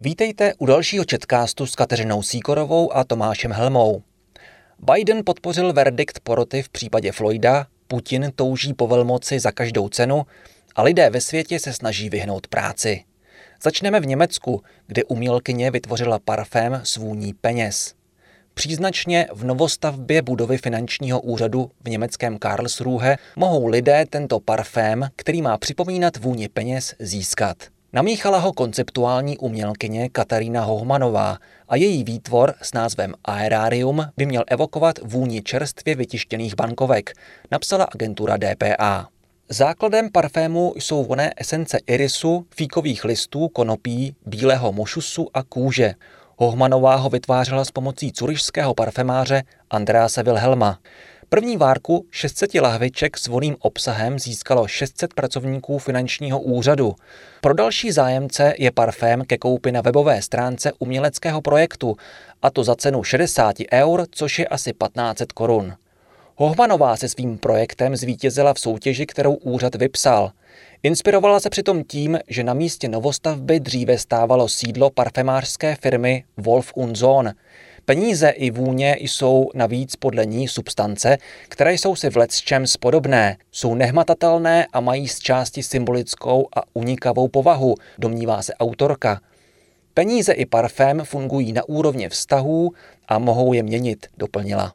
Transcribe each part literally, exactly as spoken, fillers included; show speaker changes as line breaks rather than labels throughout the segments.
Vítejte u dalšího chatcastu s Kateřinou Sýkorovou a Tomášem Helmou. Biden podpořil verdikt poroty v případě Floyda, Putin touží po velmoci za každou cenu a lidé ve světě se snaží vyhnout práci. Začneme v Německu, kde umělkyně vytvořila parfém s vůní peněz. Příznačně v novostavbě budovy finančního úřadu v německém Karlsruhe mohou lidé tento parfém, který má připomínat vůni peněz, získat. Namíchala ho konceptuální umělkyně Katarína Hohmanová a její výtvor s názvem Aerarium by měl evokovat vůni čerstvě vytištěných bankovek, napsala agentura D P A. Základem parfému jsou vonné esence irisu, fíkových listů, konopí, bílého mošusu a kůže. Hohmanová ho vytvářela s pomocí curyšského parfémáře Andrease Wilhelma. První várku šest set lahviček s vonným obsahem získalo šest set pracovníků finančního úřadu. Pro další zájemce je parfém ke koupi na webové stránce uměleckého projektu, a to za cenu šedesát eur, což je asi patnáct set korun. Hohmanová se svým projektem zvítězila v soutěži, kterou úřad vypsal. Inspirovala se přitom tím, že na místě novostavby dříve stávalo sídlo parfémářské firmy Wolf und Sohn. Peníze i vůně jsou navíc podle ní substance, které jsou si v lecčems podobné, jsou nehmatatelné a mají z části symbolickou a unikavou povahu, domnívá se autorka. Peníze i parfém fungují na úrovni vztahů a mohou je měnit, doplnila.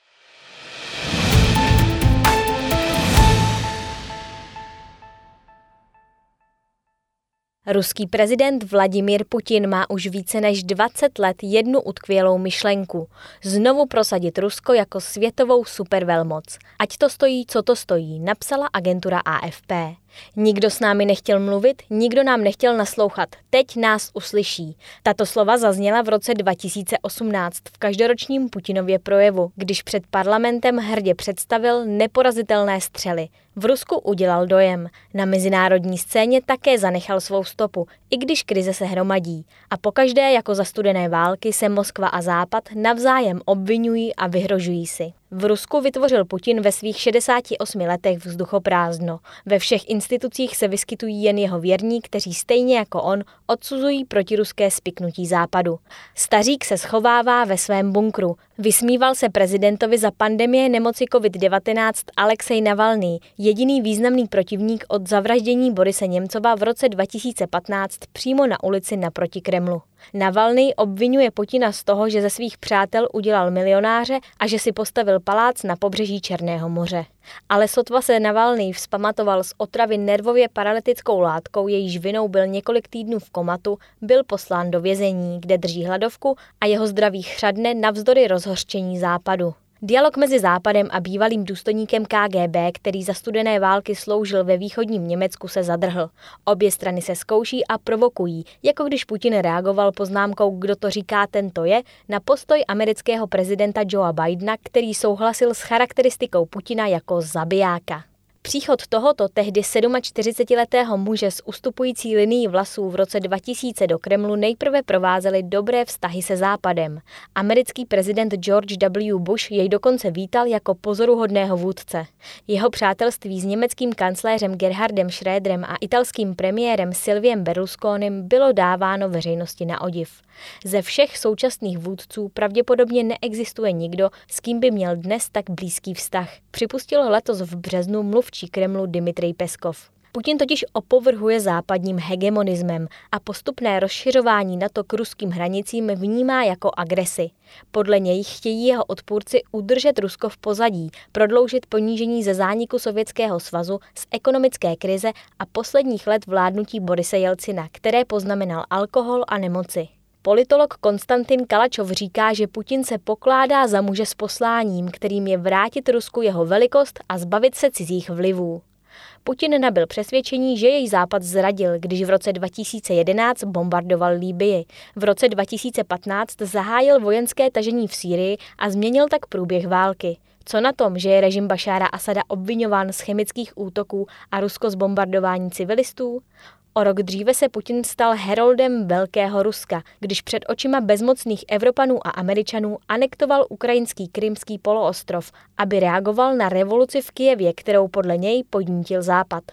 Ruský prezident Vladimír Putin má už více než dvacet let jednu utkvělou myšlenku. Znovu prosadit Rusko jako světovou supervelmoc. Ať to stojí, co to stojí, napsala agentura A F P. Nikdo s námi nechtěl mluvit, nikdo nám nechtěl naslouchat. Teď nás uslyší. Tato slova zazněla v roce dva tisíce osmnáct v každoročním Putinově projevu, když před parlamentem hrdě představil neporazitelné střely. V Rusku udělal dojem. Na mezinárodní scéně také zanechal svou stopu, i když krize se hromadí. A pokaždé jako za studené války se Moskva a Západ navzájem obvinují a vyhrožují si. V Rusku vytvořil Putin ve svých šedesáti osmi letech vzduchoprázdno. Ve všech institucích se vyskytují jen jeho věrní, kteří stejně jako on odsuzují protiruské spiknutí Západu. Stařík se schovává ve svém bunkru. Vysmíval se prezidentovi za pandemie nemoci covid devatenáct Alexej Navalný, jediný významný protivník od zavraždění Borise Němcova v roce dva tisíce patnáct přímo na ulici naproti Kremlu. Navalný obvinuje Putina z toho, že ze svých přátel udělal milionáře a že si postavil palác na pobřeží Černého moře. Ale sotva se Navalný vzpamatoval z otravy nervově paralytickou látkou, jejíž vinou byl několik týdnů v komatu, byl poslán do vězení, kde drží hladovku a jeho zdraví chřadne navzdory rozhořčení Západu. Dialog mezi Západem a bývalým důstojníkem K G B, který za studené války sloužil ve východním Německu, se zadrhl. Obě strany se zkouší a provokují, jako když Putin reagoval poznámkou "kdo to říká, ten to je" na postoj amerického prezidenta Joea Bidena, který souhlasil s charakteristikou Putina jako zabijáka. Příchod tohoto tehdy čtyřicetisedmiletého muže s ustupující linií vlasů v roce dva tisíce do Kremlu nejprve provázely dobré vztahy se Západem. Americký prezident George W. Bush jej dokonce vítal jako pozoruhodného vůdce. Jeho přátelství s německým kancléřem Gerhardem Schröderem a italským premiérem Silviem Berlusconim bylo dáváno veřejnosti na odiv. Ze všech současných vůdců pravděpodobně neexistuje nikdo, s kým by měl dnes tak blízký vztah. Připustil letos v březnu mluvčí Kremlu Dmitrij Peskov. Putin totiž opovrhuje západním hegemonismem a postupné rozšiřování NATO k ruským hranicím vnímá jako agresi. Podle něj chtějí jeho odpůrci udržet Rusko v pozadí, prodloužit ponížení ze zániku Sovětského svazu, z ekonomické krize a posledních let vládnutí Borise Jelcina, které poznamenal alkohol a nemoci. Politolog Konstantin Kalačov říká, že Putin se pokládá za muže s posláním, kterým je vrátit Rusku jeho velikost a zbavit se cizích vlivů. Putin nabyl přesvědčení, že jej Západ zradil, když v roce dva tisíce jedenáct bombardoval Libyi. V roce dva tisíce patnáct zahájil vojenské tažení v Sýrii a změnil tak průběh války. Co na tom, že je režim Bašára Asada obviňován z chemických útoků a Rusko z bombardování civilistů? O rok dříve se Putin stal heroldem Velkého Ruska, když před očima bezmocných Evropanů a Američanů anektoval ukrajinský krymský poloostrov, aby reagoval na revoluci v Kyjevě, kterou podle něj podnítil Západ.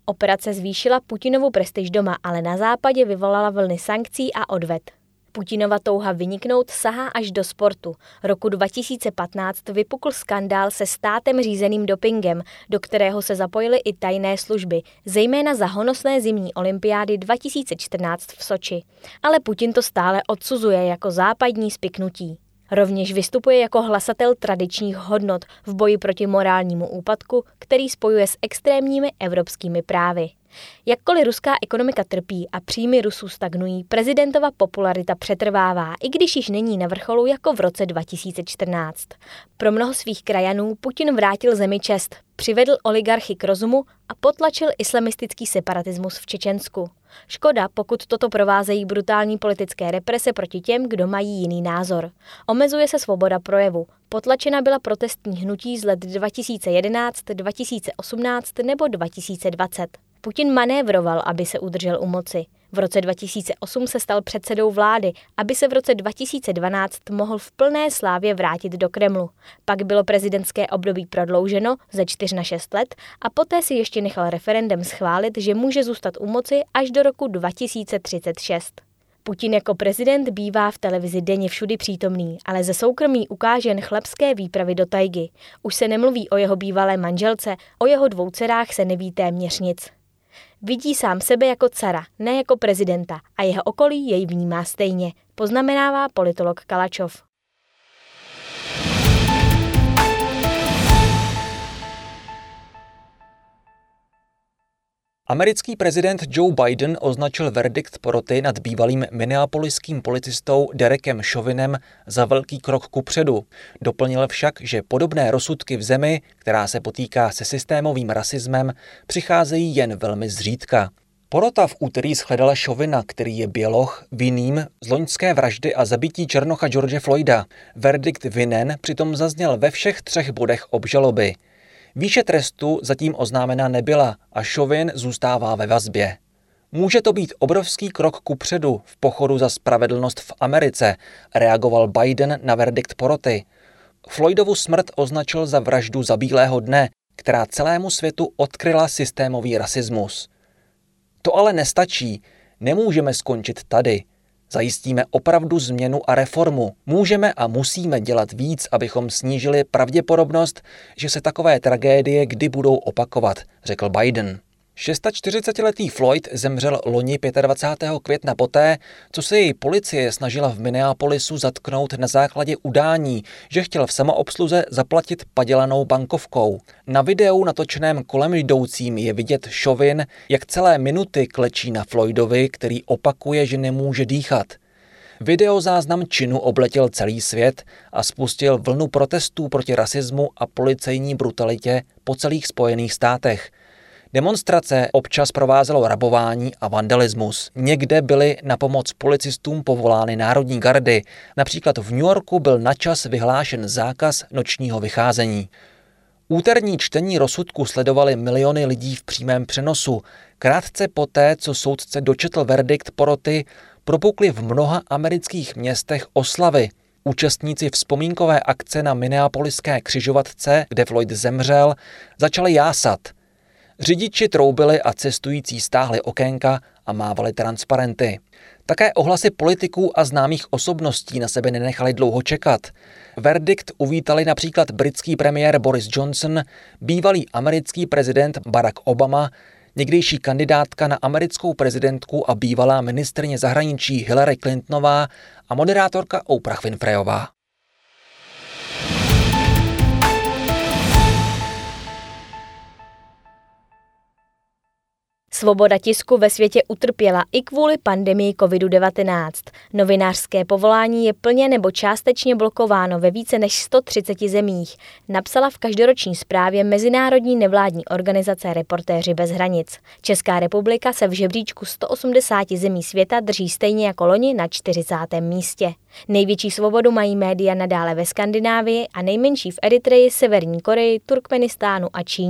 Operace zvýšila Putinovu prestiž doma, ale na západě vyvolala vlny sankcí a odvet. Putinova touha vyniknout sahá až do sportu. Roku dva tisíce patnáct vypukl skandál se státem řízeným dopingem, do kterého se zapojily i tajné služby, zejména za honosné zimní olympiády dva tisíce čtrnáct v Soči. Ale Putin to stále odsuzuje jako západní spiknutí. Rovněž vystupuje jako hlasatel tradičních hodnot v boji proti morálnímu úpadku, který spojuje s extrémními evropskými právy. Jakkoliv ruská ekonomika trpí a příjmy Rusů stagnují, prezidentova popularita přetrvává, i když již není na vrcholu jako v roce dva tisíce čtrnáct. Pro mnoho svých krajanů Putin vrátil zemi čest, přivedl oligarchy k rozumu a potlačil islamistický separatismus v Čečensku. Škoda, pokud toto provázejí brutální politické represe proti těm, kdo mají jiný názor. Omezuje se svoboda projevu. Potlačena byla protestní hnutí z let dva tisíce jedenáct, dva tisíce osmnáct nebo dva tisíce dvacet. Putin manévroval, aby se udržel u moci. V roce dva tisíce osm se stal předsedou vlády, aby se v roce dva tisíce dvanáct mohl v plné slávě vrátit do Kremlu. Pak bylo prezidentské období prodlouženo ze čtyř na šest let a poté si ještě nechal referendem schválit, že může zůstat u moci až do roku dva tisíce třicet šest. Putin jako prezident bývá v televizi denně všudy přítomný, ale ze soukromí ukáže jen chlebské výpravy do tajgy. Už se nemluví o jeho bývalé manželce, o jeho dvou dcerách se neví téměř nic. Vidí sám sebe jako cara, ne jako prezidenta a jeho okolí jej vnímá stejně, poznamenává politolog Kalačov.
Americký prezident Joe Biden označil verdikt poroty nad bývalým minneapoliským policistou Derekem Chauvinem za velký krok kupředu. Doplnil však, že podobné rozsudky v zemi, která se potýká se systémovým rasismem, přicházejí jen velmi zřídka. Porota v úterý shledala Chauvina, který je běloch, vinným z loňské vraždy a zabití černocha George Floyda. Verdikt vinen přitom zazněl ve všech třech bodech obžaloby. Výše trestu zatím oznámena nebyla a Chauvin zůstává ve vazbě. Může to být obrovský krok kupředu v pochodu za spravedlnost v Americe, reagoval Biden na verdikt poroty. Floydovu smrt označil za vraždu za bílého dne, která celému světu odkryla systémový rasismus. To ale nestačí, nemůžeme skončit tady. Zajistíme opravdu změnu a reformu. Můžeme a musíme dělat víc, abychom snížili pravděpodobnost, že se takové tragédie kdy budou opakovat, řekl Biden. čtyřicetišestiletý Floyd zemřel loni dvacátého pátého května poté, co se jej policie snažila v Minneapolisu zatknout na základě udání, že chtěl v samoobsluze zaplatit padělanou bankovkou. Na videu natočeném kolem jdoucím je vidět Chauvin, jak celé minuty klečí na Floydovi, který opakuje, že nemůže dýchat. Videozáznam činu obletěl celý svět a spustil vlnu protestů proti rasismu a policejní brutalitě po celých Spojených státech. Demonstrace občas provázelo rabování a vandalismus. Někde byly na pomoc policistům povolány národní gardy. Například v New Yorku byl načas vyhlášen zákaz nočního vycházení. Úterní čtení rozsudku sledovali miliony lidí v přímém přenosu. Krátce poté, co soudce dočetl verdikt poroty, propukly v mnoha amerických městech oslavy. Účastníci vzpomínkové akce na minneapoliské křižovatce, kde Floyd zemřel, začali jásat. Řidiči troubili a cestující stáhli okénka a mávali transparenty. Také ohlasy politiků a známých osobností na sebe nenechali dlouho čekat. Verdikt uvítali například britský premiér Boris Johnson, bývalý americký prezident Barack Obama, někdejší kandidátka na americkou prezidentku a bývalá ministryně zahraničí Hillary Clintonová a moderátorka Oprah Winfreyová.
Svoboda tisku ve světě utrpěla i kvůli pandemii kovid devatenáct. Novinářské povolání je plně nebo částečně blokováno ve více než sto třiceti zemích, napsala v každoroční zprávě mezinárodní nevládní organizace Reportéři bez hranic. Česká republika se v žebříčku sto osmdesáti zemí světa drží stejně jako loni na čtyřicátém místě. Největší svobodu mají média nadále ve Skandinávii a nejmenší v Eritreji, Severní Koreji, Turkmenistánu a Číně.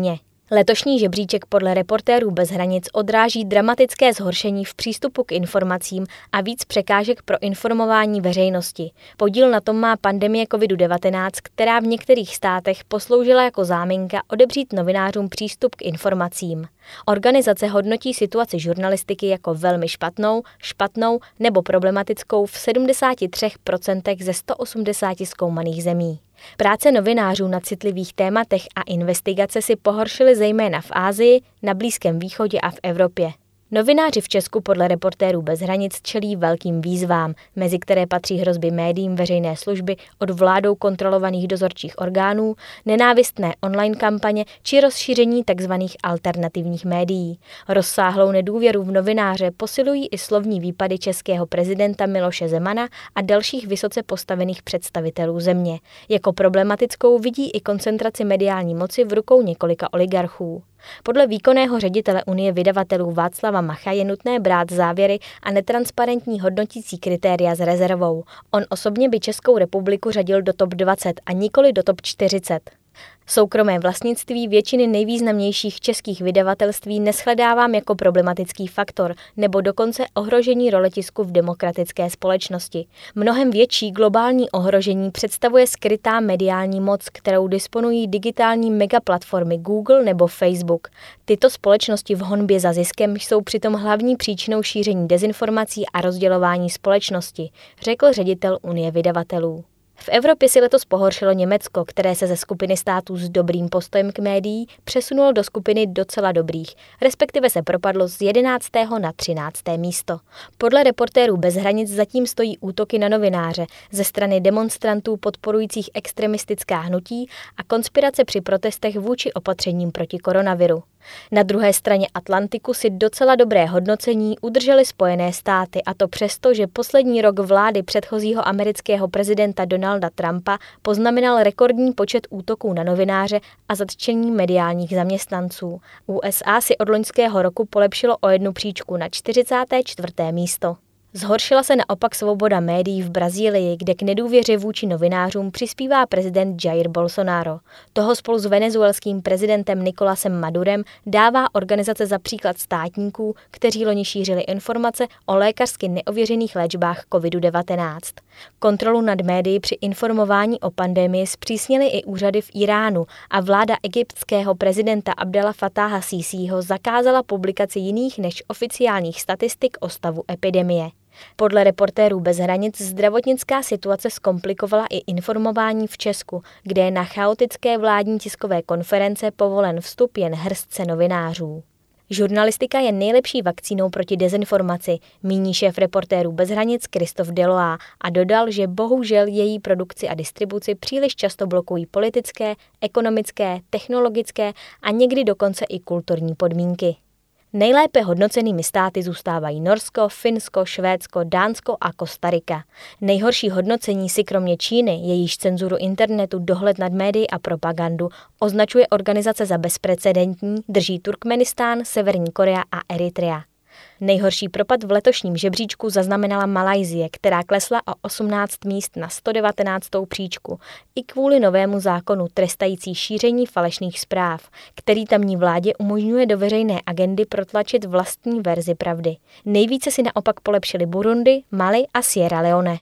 Letošní žebříček podle Reportérů bez hranic odráží dramatické zhoršení v přístupu k informacím a víc překážek pro informování veřejnosti. Podíl na tom má pandemie kovid devatenáct, která v některých státech posloužila jako záminka odebřít novinářům přístup k informacím. Organizace hodnotí situaci žurnalistiky jako velmi špatnou, špatnou nebo problematickou v sedmdesáti třech procentech ze sto osmdesáti zkoumaných zemí. Práce novinářů na citlivých tématech a investigace si pohoršily zejména v Asii, na Blízkém východě a v Evropě. Novináři v Česku podle Reportérů bez hranic čelí velkým výzvám, mezi které patří hrozby médiím veřejné služby od vládou kontrolovaných dozorčích orgánů, nenávistné online kampaně či rozšíření tzv. Alternativních médií. Rozsáhlou nedůvěru v novináře posilují i slovní výpady českého prezidenta Miloše Zemana a dalších vysoce postavených představitelů země. Jako problematickou vidí i koncentraci mediální moci v rukou několika oligarchů. Podle výkonného ředitele Unie vydavatelů Václava Macha je nutné brát závěry a netransparentní hodnotící kritéria s rezervou. On osobně by Českou republiku řadil do top dvacet a nikoli do top čtyřicet. Soukromé vlastnictví většiny nejvýznamnějších českých vydavatelství neshledávám jako problematický faktor nebo dokonce ohrožení role tisku v demokratické společnosti. Mnohem větší globální ohrožení představuje skrytá mediální moc, kterou disponují digitální megaplatformy Google nebo Facebook. Tyto společnosti v honbě za ziskem jsou přitom hlavní příčinou šíření dezinformací a rozdělování společnosti, řekl ředitel Unie vydavatelů. V Evropě si letos pohoršilo Německo, které se ze skupiny států s dobrým postojem k médií přesunulo do skupiny docela dobrých, respektive se propadlo z jedenáctého na třinácté místo. Podle Reportérů bez hranic zatím stojí útoky na novináře ze strany demonstrantů podporujících extremistická hnutí a konspirace při protestech vůči opatřením proti koronaviru. Na druhé straně Atlantiku si docela dobré hodnocení udržely Spojené státy, a to přesto, že poslední rok vlády předchozího amerického prezidenta Donalda Trumpa poznamenal rekordní počet útoků na novináře a zatčení mediálních zaměstnanců. U S A si od loňského roku polepšilo o jednu příčku na čtyřicáté čtvrté místo. Zhoršila se naopak svoboda médií v Brazílii, kde k nedůvěře vůči novinářům přispívá prezident Jair Bolsonaro. Toho spolu s venezuelským prezidentem Nicolásem Madurem dává organizace za příklad státníků, kteří loni šířili informace o lékařsky neověřených léčbách kovid devatenáct. Kontrolu nad médii při informování o pandemii zpřísnily i úřady v Iránu a vláda egyptského prezidenta Abdela Fattaha Sísího zakázala publikaci jiných než oficiálních statistik o stavu epidemie. Podle Reportérů bez hranic zdravotnická situace zkomplikovala i informování v Česku, kde je na chaotické vládní tiskové konference povolen vstup jen hrstce novinářů. Žurnalistika je nejlepší vakcínou proti dezinformaci, míní šéf Reportérů bez hranic Christophe Deloire a dodal, že bohužel její produkci a distribuci příliš často blokují politické, ekonomické, technologické a někdy dokonce i kulturní podmínky. Nejlépe hodnocenými státy zůstávají Norsko, Finsko, Švédsko, Dánsko a Kostarika. Nejhorší hodnocení si kromě Číny, jejíž cenzuru internetu, dohled nad médii a propagandu, označuje organizace za bezprecedentní, drží Turkmenistán, Severní Korea a Eritrea. Nejhorší propad v letošním žebříčku zaznamenala Malajsie, která klesla o osmnáct míst na sto devatenáctou příčku, i kvůli novému zákonu trestající šíření falešných zpráv, který tamní vládě umožňuje do veřejné agendy protlačit vlastní verzi pravdy. Nejvíce si naopak polepšili Burundi, Mali a Sierra Leone.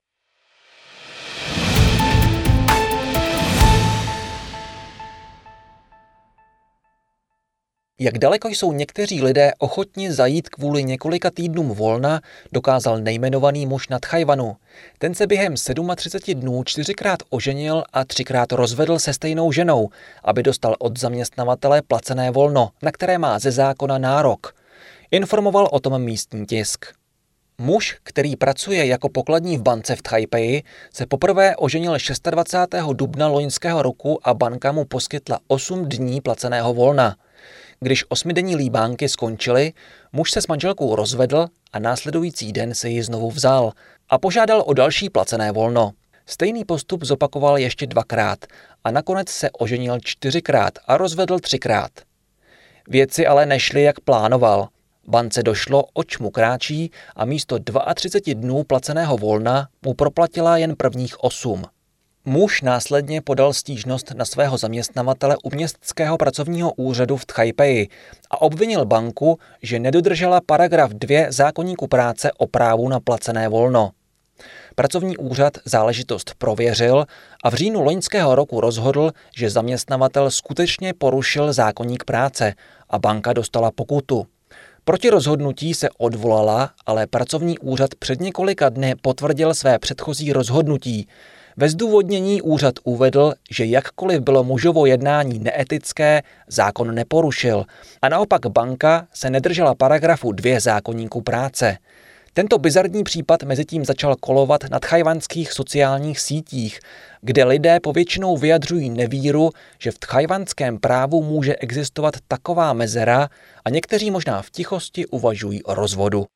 Jak daleko jsou někteří lidé ochotni zajít kvůli několika týdnům volna, dokázal nejmenovaný muž na Tchaj-wanu. Ten se během třiceti sedmi dnů čtyřikrát oženil a třikrát rozvedl se stejnou ženou, aby dostal od zaměstnavatele placené volno, na které má ze zákona nárok. Informoval o tom místní tisk. Muž, který pracuje jako pokladní v bance v Taipei, se poprvé oženil dvacátého šestého dubna loňského roku a banka mu poskytla osm dní placeného volna. Když osmidenní líbánky skončily, muž se s manželkou rozvedl a následující den se ji znovu vzal a požádal o další placené volno. Stejný postup zopakoval ještě dvakrát a nakonec se oženil čtyřikrát a rozvedl třikrát. Věci ale nešly, jak plánoval. Bance došlo, oč mu kráčí, a místo třiceti dvou dnů placeného volna mu proplatila jen prvních osm. Muž následně podal stížnost na svého zaměstnavatele u městského pracovního úřadu v Tchajpeji a obvinil banku, že nedodržela paragraf dva zákoníku práce o právu na placené volno. Pracovní úřad záležitost prověřil a v říjnu loňského roku rozhodl, že zaměstnavatel skutečně porušil zákoník práce a banka dostala pokutu. Proti rozhodnutí se odvolala, ale pracovní úřad před několika dny potvrdil své předchozí rozhodnutí. Ve zdůvodnění úřad uvedl, že jakkoliv bylo mužovo jednání neetické, zákon neporušil a naopak banka se nedržela paragrafu dva zákoníku práce. Tento bizarní případ mezitím začal kolovat na tchajwanských sociálních sítích, kde lidé povětšinou vyjadřují nevíru, že v tchajwanském právu může existovat taková mezera a někteří možná v tichosti uvažují o rozvodu.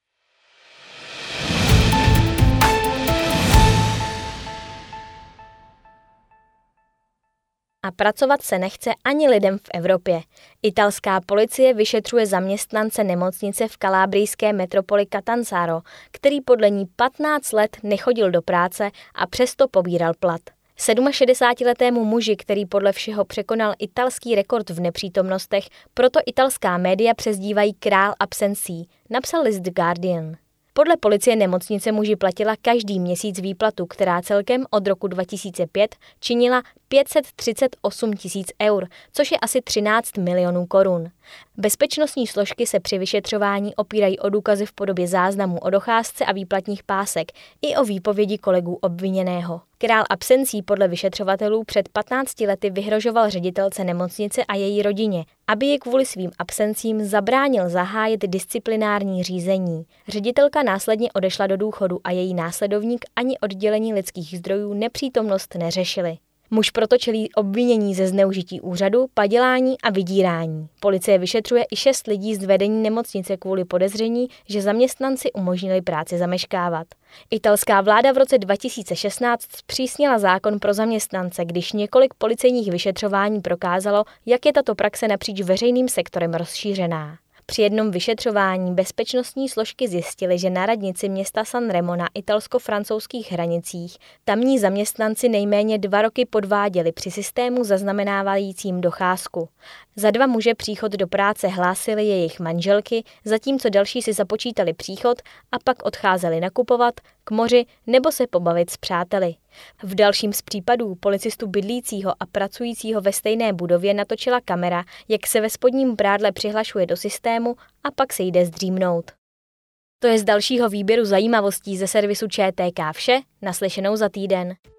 A pracovat se nechce ani lidem v Evropě. Italská policie vyšetřuje zaměstnance nemocnice v kalábrijské metropoli Catanzaro, který podle ní patnáct let nechodil do práce a přesto pobíral plat. sedmašedesátiletému muži, který podle všeho překonal italský rekord v nepřítomnostech, proto italská média přezdívají král absencí, napsal list The Guardian. Podle policie nemocnice muži platila každý měsíc výplatu, která celkem od roku dva tisíce pět činila pět set třicet osm tisíc eur, což je asi třináct milionů korun. Bezpečnostní složky se při vyšetřování opírají o důkazy v podobě záznamů o docházce a výplatních pásek i o výpovědi kolegů obviněného. Král absencí podle vyšetřovatelů před patnácti lety vyhrožoval ředitelce nemocnice a její rodině, aby ji kvůli svým absencím zabránil zahájit disciplinární řízení. Ředitelka následně odešla do důchodu a její následovník ani oddělení lidských zdrojů nepřítomnost neřešili. Muž proto čelí obvinění ze zneužití úřadu, padělání a vydírání. Policie vyšetřuje i šest lidí z vedení nemocnice kvůli podezření, že zaměstnanci umožnili práci zameškávat. Italská vláda v roce dva tisíce šestnáct zpřísnila zákon pro zaměstnance, když několik policejních vyšetřování prokázalo, jak je tato praxe napříč veřejným sektorem rozšířená. Při jednom vyšetřování bezpečnostní složky zjistily, že na radnici města Sanremo na italsko-francouzských hranicích tamní zaměstnanci nejméně dva roky podváděli při systému zaznamenávajícím docházku. Za dva muže příchod do práce hlásili jejich manželky, zatímco další si započítali příchod a pak odcházeli nakupovat, k moři nebo se pobavit s přáteli. V dalším z případů policistu bydlícího a pracujícího ve stejné budově natočila kamera, jak se ve spodním prádle přihlašuje do systému a pak se jde zdřímnout. To je z dalšího výběru zajímavostí ze servisu Č T K vše, naslyšenou za týden.